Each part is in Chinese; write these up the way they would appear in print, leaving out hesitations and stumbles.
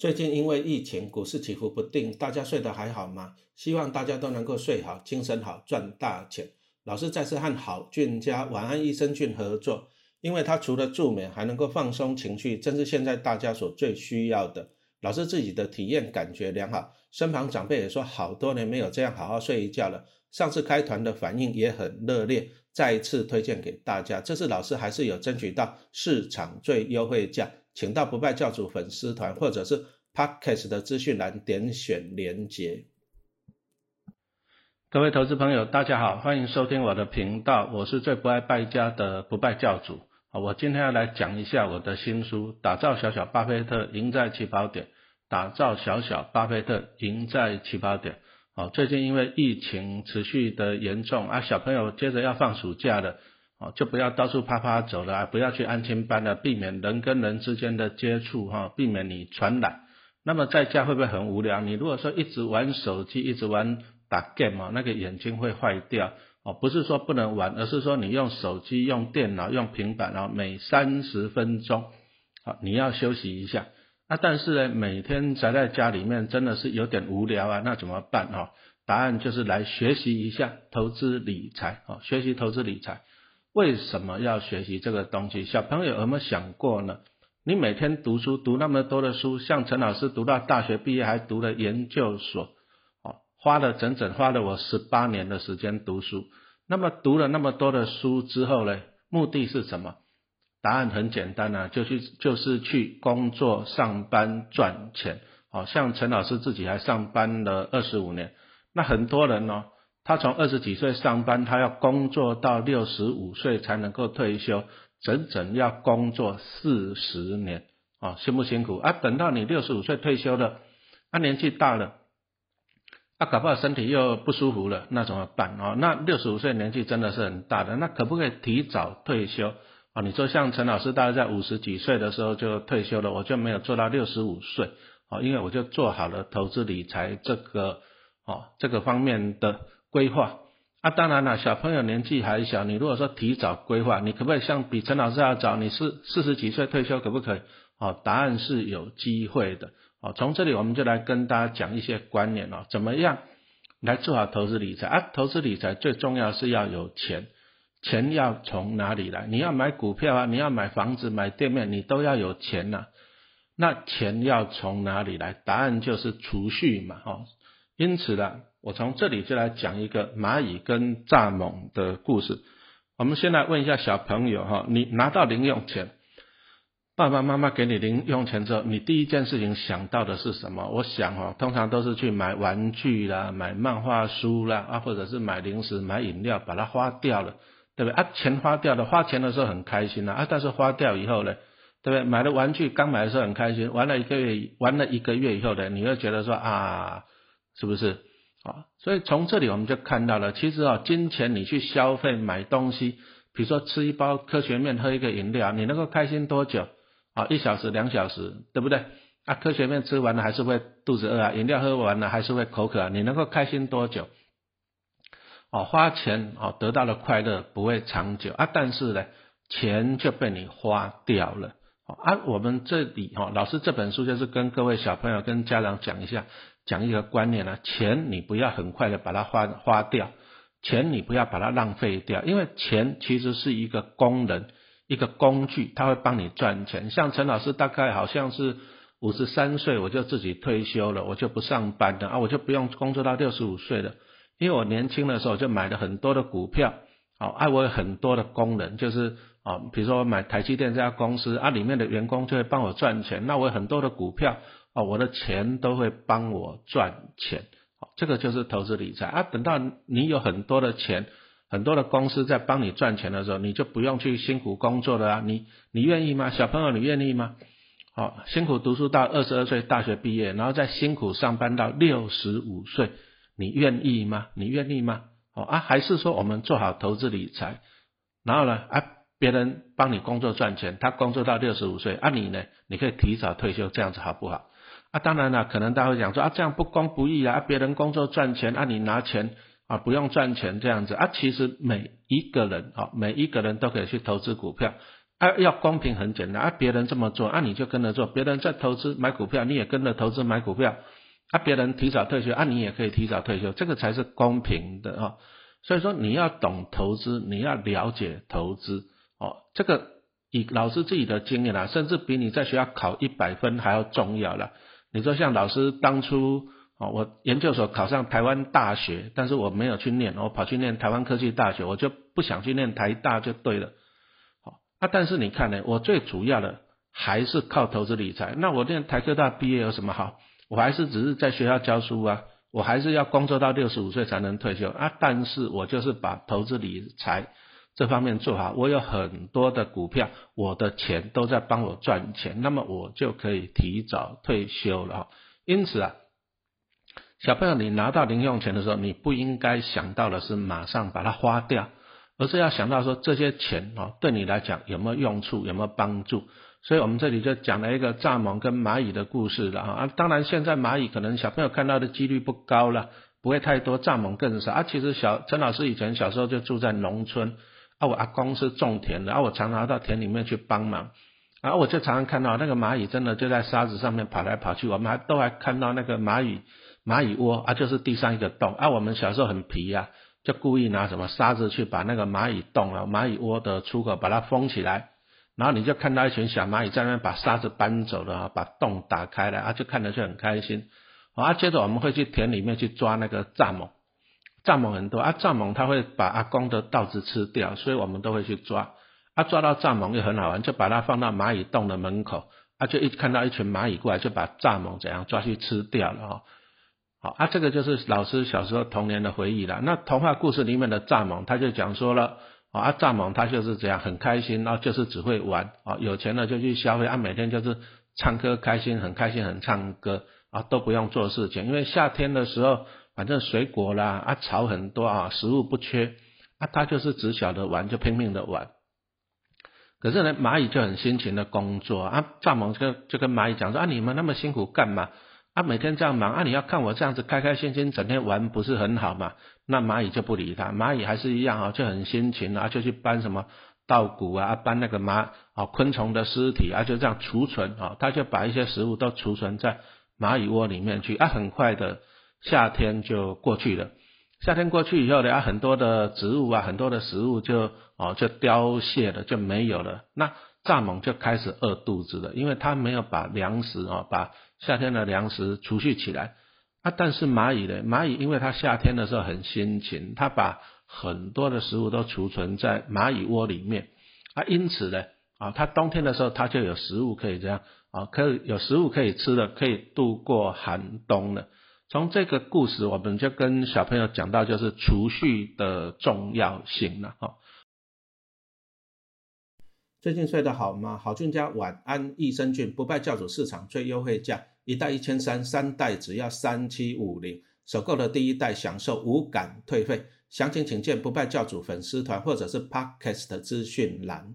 最近因为疫情，股市起伏不定，大家睡得还好吗？希望大家都能够睡好，精神好，赚大钱。老师再次和好菌家晚安益生菌合作，因为它除了助眠，还能够放松情绪，正是现在大家所最需要的。老师自己的体验感觉良好，身旁长辈也说好多年没有这样好好睡一觉了。上次开团的反应也很热烈，再一次推荐给大家。这次老师还是有争取到市场最优惠价，请到不败教主粉丝团或者是 Podcast 的资讯栏点选连结。 各位投资朋友大家好，欢迎收听我的频道，我是最不爱败家的不败教主。我今天要来讲一下我的新书，打造小小巴菲特，赢在起跑点。打造小小巴菲特，赢在起跑点。最近因为疫情持续的严重小朋友接着要放暑假了，就不要到处趴趴走了，不要去安亲班了，避免人跟人之间的接触，避免你传染。那么在家会不会很无聊？你如果说一直玩手机，一直玩打 game， 那个眼睛会坏掉。不是说不能玩，而是说你用手机、用电脑、用平板，每30分钟你要休息一下。但是呢，每天宅在家里面真的是有点无聊那怎么办答案就是来学习一下投资理财学习投资理财。为什么要学习这个东西？小朋友有没有想过呢？你每天读书读那么多的书，像陈老师读到大学毕业还读了研究所花了我18年的时间读书。那么读了那么多的书之后呢，目的是什么？答案很简单就是去工作上班赚钱像陈老师自己还上班了25年。那很多人他从20几岁上班，他要工作到65岁才能够退休，整整要工作40年辛不辛苦等到你65岁退休了年纪大了搞不好身体又不舒服了，那怎么办那65岁年纪真的是很大的，那可不可以提早退休你说像陈老师大概在50几岁的时候就退休了，我就没有做到65岁因为我就做好了投资理财这个方面的规划当然了，小朋友年纪还小，你如果说提早规划，你可不可以像比陈老师要早，你是40几岁退休可不可以答案是有机会的从这里我们就来跟大家讲一些观念怎么样来做好投资理财投资理财最重要是要有钱。钱要从哪里来？你要买股票你要买房子买店面，你都要有钱那钱要从哪里来？答案就是储蓄嘛因此我从这里就来讲一个蚂蚁跟蚱蜢的故事。我们先来问一下小朋友你拿到零用钱，爸爸妈妈给你零用钱之后，你第一件事情想到的是什么？我想通常都是去买玩具啦，买漫画书啦或者是买零食买饮料，把它花掉了，对不对钱花掉了，花钱的时候很开心但是花掉以后呢，对不对？买了玩具刚买的时候很开心，玩了一个月以后呢，你会觉得说是不是所以从这里我们就看到了，其实金钱你去消费买东西，比如说吃一包科学面喝一个饮料，你能够开心多久1小时2小时，对不对科学面吃完了还是会肚子饿饮料喝完了还是会口渴你能够开心多久花钱得到了快乐不会长久但是呢钱就被你花掉了我们这里老师这本书就是跟各位小朋友跟家长讲一个观念钱你不要很快的把它花掉，钱你不要把它浪费掉，因为钱其实是一个功能一个工具，它会帮你赚钱。像陈老师大概好像是53岁我就自己退休了，我就不上班了我就不用工作到65岁了，因为我年轻的时候就买了很多的股票我有很多的功能，就是比如说我买台积电这家公司里面的员工就会帮我赚钱，那我有很多的股票我的钱都会帮我赚钱这个就是投资理财等到你有很多的钱，很多的公司在帮你赚钱的时候，你就不用去辛苦工作了你愿意吗？小朋友你愿意吗辛苦读书到22岁大学毕业，然后再辛苦上班到65岁，你愿意吗？你愿意吗还是说我们做好投资理财，然后呢别人帮你工作赚钱，他工作到65岁你呢，你可以提早退休，这样子好不好当然了，可能大家会讲说这样不公不义别人工作赚钱你拿钱不用赚钱这样子其实每一个人都可以去投资股票， 要公平很简单别人这么做你就跟着做，别人在投资买股票你也跟着投资买股票别人提早退休你也可以提早退休，这个才是公平的所以说你要懂投资，你要了解投资这个以老师自己的经验甚至比你在学校考100分还要重要啦。你说像老师当初我研究所考上台湾大学，但是我没有去念，我跑去念台湾科技大学，我就不想去念台大就对了但是你看呢，我最主要的还是靠投资理财。那我念台科大毕业有什么好？我还是只是在学校教书我还是要工作到65岁才能退休但是我就是把投资理财这方面做好，我有很多的股票，我的钱都在帮我赚钱，那么我就可以提早退休了因此小朋友你拿到零用钱的时候，你不应该想到的是马上把它花掉，而是要想到说这些钱对你来讲有没有用处，有没有帮助。所以我们这里就讲了一个蚱蜢跟蚂蚁的故事了当然现在蚂蚁可能小朋友看到的几率不高了，不会太多，蚱蜢更少其实陈老师以前小时候就住在农村我阿公是种田的我常常到田里面去帮忙我就常常看到那个蚂蚁真的就在沙子上面跑来跑去，我们都还看到那个蚂蚁窝就是地上一个洞我们小时候很皮就故意拿什么沙子去把那个蚂蚁洞蚂蚁窝的出口把它封起来，然后你就看到一群小蚂蚁在那边把沙子搬走了把洞打开了就看得就很开心接着我们会去田里面去抓那个蚱蜢很多蚱蜢它会把阿公的稻子吃掉，所以我们都会去抓抓到蚱蜢又很好玩，就把它放到蚂蚁洞的门口就一看到一群蚂蚁过来就把蚱蜢怎样抓去吃掉了这个就是老师小时候童年的回忆了。那童话故事里面的蚱蜢他就讲说了蚱蜢他就是这样很开心就是只会玩有钱了就去消费每天就是唱歌开心很开心很唱歌都不用做事情，因为夏天的时候反正水果啦草很多食物不缺他就是只晓得玩就拼命的玩。可是呢蚂蚁就很辛勤的工作蚱蜢就跟蚂蚁讲说你们那么辛苦干嘛每天这样忙你要看我这样子开开心心整天玩不是很好吗？那蚂蚁就不理他，蚂蚁还是一样就很辛勤就去搬什么稻谷搬那个昆虫的尸体就这样储存他就把一些食物都储存在蚂蚁窝里面去很快的夏天就过去了。夏天过去以后呢很多的植物很多的食物就凋谢了，就没有了。那蚱蜢就开始饿肚子了，因为他没有把粮食把夏天的粮食储蓄起来但是蚂蚁呢，蚂蚁因为它夏天的时候很辛勤，它把很多的食物都储存在蚂蚁窝里面因此呢它冬天的时候它就有食物可以这样有食物可以吃的，可以度过寒冬了。从这个故事我们就跟小朋友讲到就是储蓄的重要性了最近睡得好吗？好菌家晚安益生菌不败教主市场最优惠价，1袋1300，三袋只要3750，首购的第一袋享受无感退费，详情请见不败教主粉丝团或者是 Podcast 的资讯栏。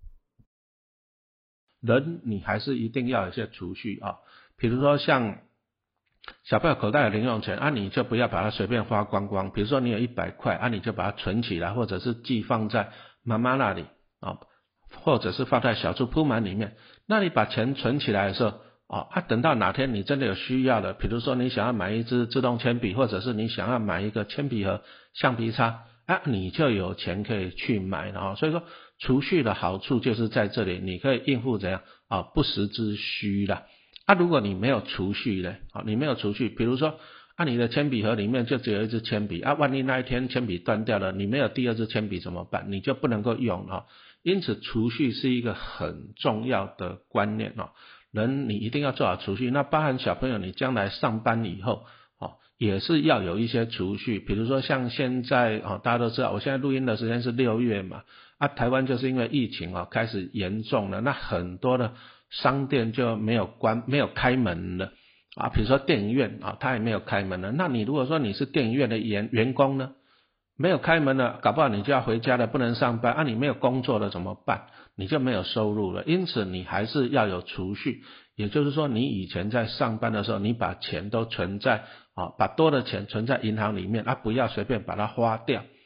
人你还是一定要有一些储蓄比如说像小朋友口袋有零用钱你就不要把它随便花光光，比如说你有100块你就把它存起来，或者是寄放在妈妈那里或者是放在小猪铺满里面。那你把钱存起来的时候等到哪天你真的有需要的，比如说你想要买一支自动铅笔，或者是你想要买一个铅笔盒、橡皮擦你就有钱可以去买了所以说储蓄的好处就是在这里，你可以应付怎样不时之需啦如果你没有储蓄呢你没有储蓄，比如说你的铅笔盒里面就只有一支铅笔万一那一天铅笔断掉了，你没有第二支铅笔怎么办？你就不能够用因此储蓄是一个很重要的观念人你一定要做好储蓄。那包含小朋友你将来上班以后也是要有一些储蓄。比如说像现在大家都知道我现在录音的时间是6月嘛台湾就是因为疫情开始严重了，那很多的商店就没有开门了比如说电影院它也没有开门了。那你如果说你是电影院的员工呢，没有开门了，搞不好你就要回家了，不能上班你没有工作了怎么办？你就没有收入了。因此你还是要有储蓄，也就是说你以前在上班的时候你把钱都存在把多的钱存在银行里面不要随便把它花掉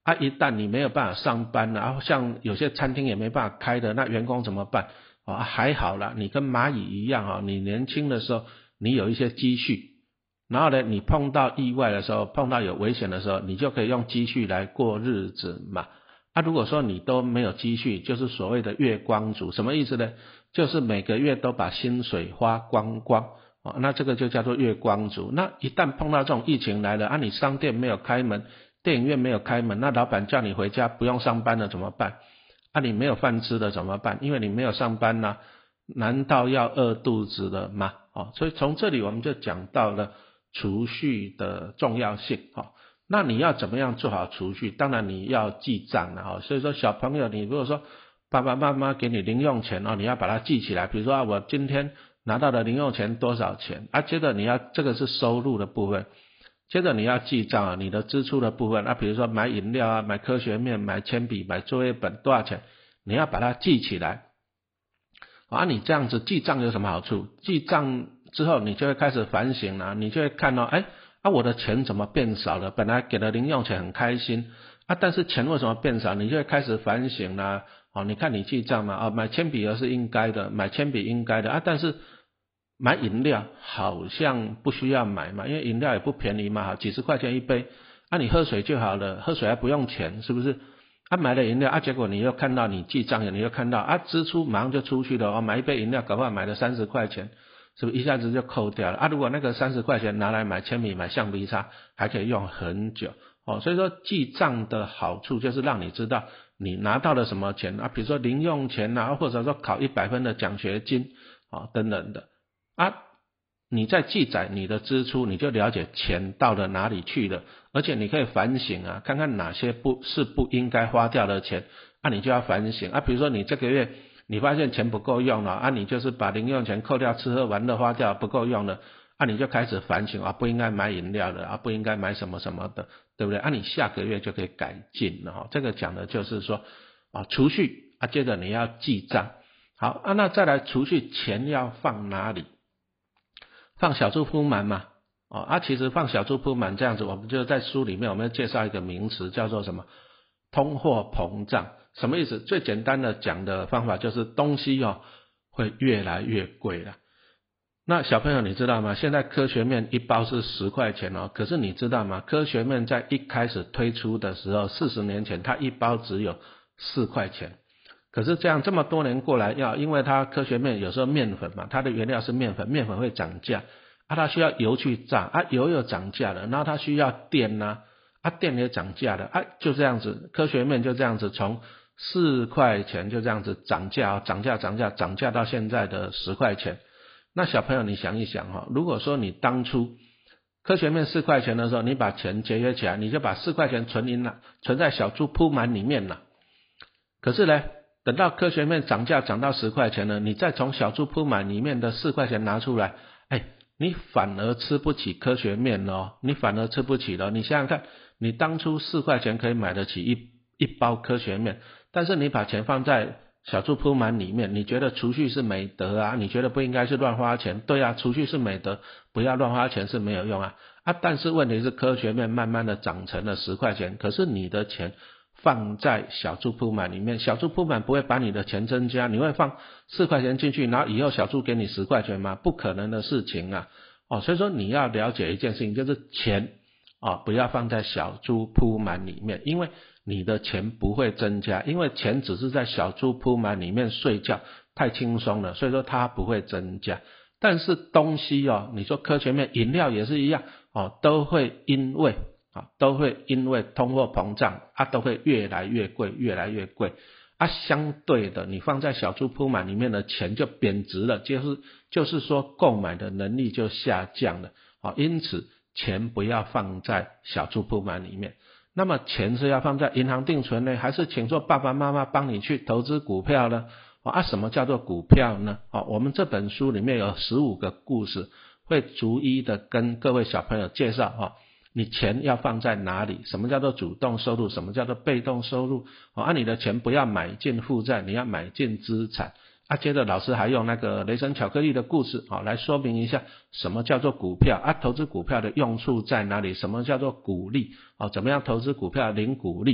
一旦你没有办法上班了，像有些餐厅也没办法开的，那员工怎么办？还好啦，你跟蚂蚁一样你年轻的时候你有一些积蓄，然后呢你碰到意外的时候，碰到有危险的时候，你就可以用积蓄来过日子嘛。如果说你都没有积蓄，就是所谓的月光族。什么意思呢？就是每个月都把薪水花光光那这个就叫做月光族。那一旦碰到这种疫情来了你商店没有开门，电影院没有开门，那老板叫你回家不用上班了怎么办？你没有饭吃了怎么办？因为你没有上班啦，难道要饿肚子了吗？所以从这里我们就讲到了储蓄的重要性那你要怎么样做好储蓄？当然你要记账了所以说小朋友，你如果说爸爸妈妈给你零用钱你要把它记起来，比如说我今天拿到的零用钱多少钱接着你要，这个是收入的部分，接着你要记账你的支出的部分比如说买饮料买科学面，买铅笔，买作业本多少钱，你要把它记起来你这样子记账有什么好处？记账之后你就会开始反省了，你就会看我的钱怎么变少了？本来给了零用钱很开心但是钱为什么变少？你就会开始反省啦你看你记账嘛买铅笔是应该的，买铅笔应该的但是买饮料好像不需要买嘛，因为饮料也不便宜嘛几十块钱一杯你喝水就好了，喝水还不用钱，是不是？买了饮料结果你又看到你记账你又看到支出马上就出去了买一杯饮料搞不好买了30块钱，是不是一下子就扣掉了如果那个30块钱拿来买铅笔，买橡皮擦还可以用很久所以说记账的好处就是让你知道你拿到了什么钱比如说零用钱或者说考100分的奖学金等等的你在记载你的支出，你就了解钱到了哪里去了，而且你可以反省看看哪些不应该花掉的钱你就要反省比如说你这个月你发现钱不够用了你就是把零用钱扣掉，吃喝玩乐花掉不够用了你就开始反省不应该买饮料了不应该买什么什么的，对不对你下个月就可以改进了这个讲的就是说储蓄接着你要记账。好那再来储蓄钱要放哪里？放小猪铺满嘛其实放小猪铺满这样子，我们就在书里面我们要介绍一个名词叫做什么？通货膨胀。什么意思？最简单的讲的方法就是东西会越来越贵了。那小朋友你知道吗？现在科学面一包是10块钱可是你知道吗？科学面在一开始推出的时候40年前它一包只有4块钱，可是这么多年过来因为它科学面有时候面粉嘛，它的原料是面粉，面粉会涨价它需要油去炸油又涨价了，然后它需要电电也涨价了就这样子，科学面就这样子从4块钱就这样子涨价涨价到现在的10块钱。那小朋友你想一想如果说你当初科学面4块钱的时候，你把钱节约起来，你就把4块钱存在小猪铺满里面了。可是呢等到科学面涨价涨到10块钱了，你再从小猪铺满里面的4块钱拿出来你反而吃不起科学面了你反而吃不起了。你想想看，你当初4块钱可以买得起一包科学面，但是你把钱放在小猪铺满里面，你觉得储蓄是美德你觉得不应该是乱花钱，对储蓄是美德，不要乱花钱是没有用但是问题是科学面慢慢的涨成了10块钱，可是你的钱放在小猪铺满里面，小猪铺满不会把你的钱增加，你会放4块钱进去，然后以后小猪给你10块钱吗？不可能的事情所以说你要了解一件事情，就是钱不要放在小猪铺满里面，因为你的钱不会增加，因为钱只是在小猪铺满里面睡觉，太轻松了，所以说它不会增加。但是东西你说科学面，饮料也是一样都会因为通货膨胀都会越来越贵越来越贵相对的你放在小猪铺满里面的钱就贬值了，就是说购买的能力就下降了因此钱不要放在小猪铺满里面。那么钱是要放在银行定存呢，还是请说爸爸妈妈帮你去投资股票呢？什么叫做股票呢？我们这本书里面有15个故事，会逐一的跟各位小朋友介绍你钱要放在哪里，什么叫做主动收入，什么叫做被动收入你的钱不要买进负债，你要买进资产接着老师还用那个雷神巧克力的故事来说明一下什么叫做股票投资股票的用处在哪里，什么叫做股利怎么样投资股票领股利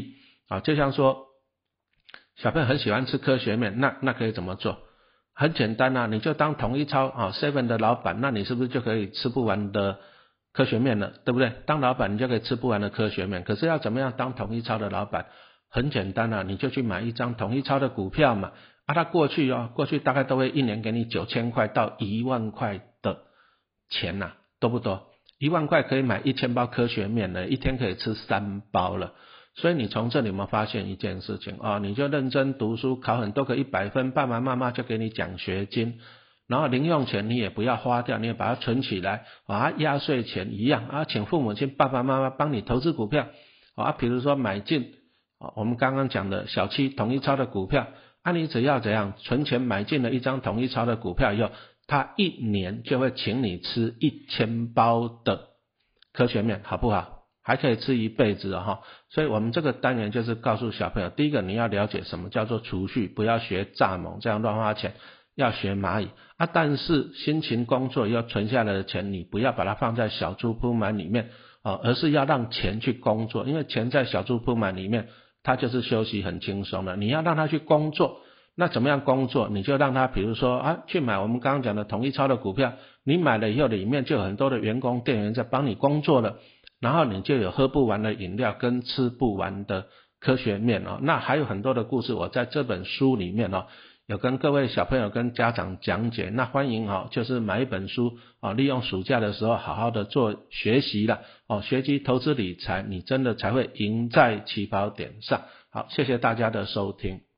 就像说小朋友很喜欢吃科学面，那可以怎么做？很简单啊，你就当统一超7的老板，那你是不是就可以吃不完的科学面了，对不对？当老板你就可以吃不完的科学面。可是要怎么样当统一超的老板？很简单啊，你就去买一张统一超的股票嘛。它过去大概都会一年给你9000块到1万块的钱啊，多不多？1万块可以买1000包科学面了，一天可以吃3包了。所以你从这里有没有发现一件事情你就认真读书，考很多个100分，爸爸妈妈就给你奖学金，然后零用钱你也不要花掉，你也把它存起来压岁钱一样请父母亲爸爸妈妈帮你投资股票比如说买进我们刚刚讲的小7统一超的股票你只要怎样存钱买进了一张统一超的股票以后，他一年就会请你吃1000包的科学面，好不好？还可以吃一辈子所以我们这个单元就是告诉小朋友，第一个你要了解什么叫做储蓄，不要学蚱蜢这样乱花钱，要学蚂蚁但是辛勤工作要存下来的钱，你不要把它放在小猪铺满里面而是要让钱去工作，因为钱在小猪铺满里面它就是休息很轻松的，你要让它去工作。那怎么样工作？你就让他比如说去买我们刚刚讲的统一超的股票，你买了以后里面就有很多的员工店员在帮你工作了，然后你就有喝不完的饮料跟吃不完的科学面那还有很多的故事，我在这本书里面有跟各位小朋友跟家长讲解，那欢迎就是买一本书利用暑假的时候好好的做学习了学习投资理财，你真的才会赢在起跑点上。好，谢谢大家的收听。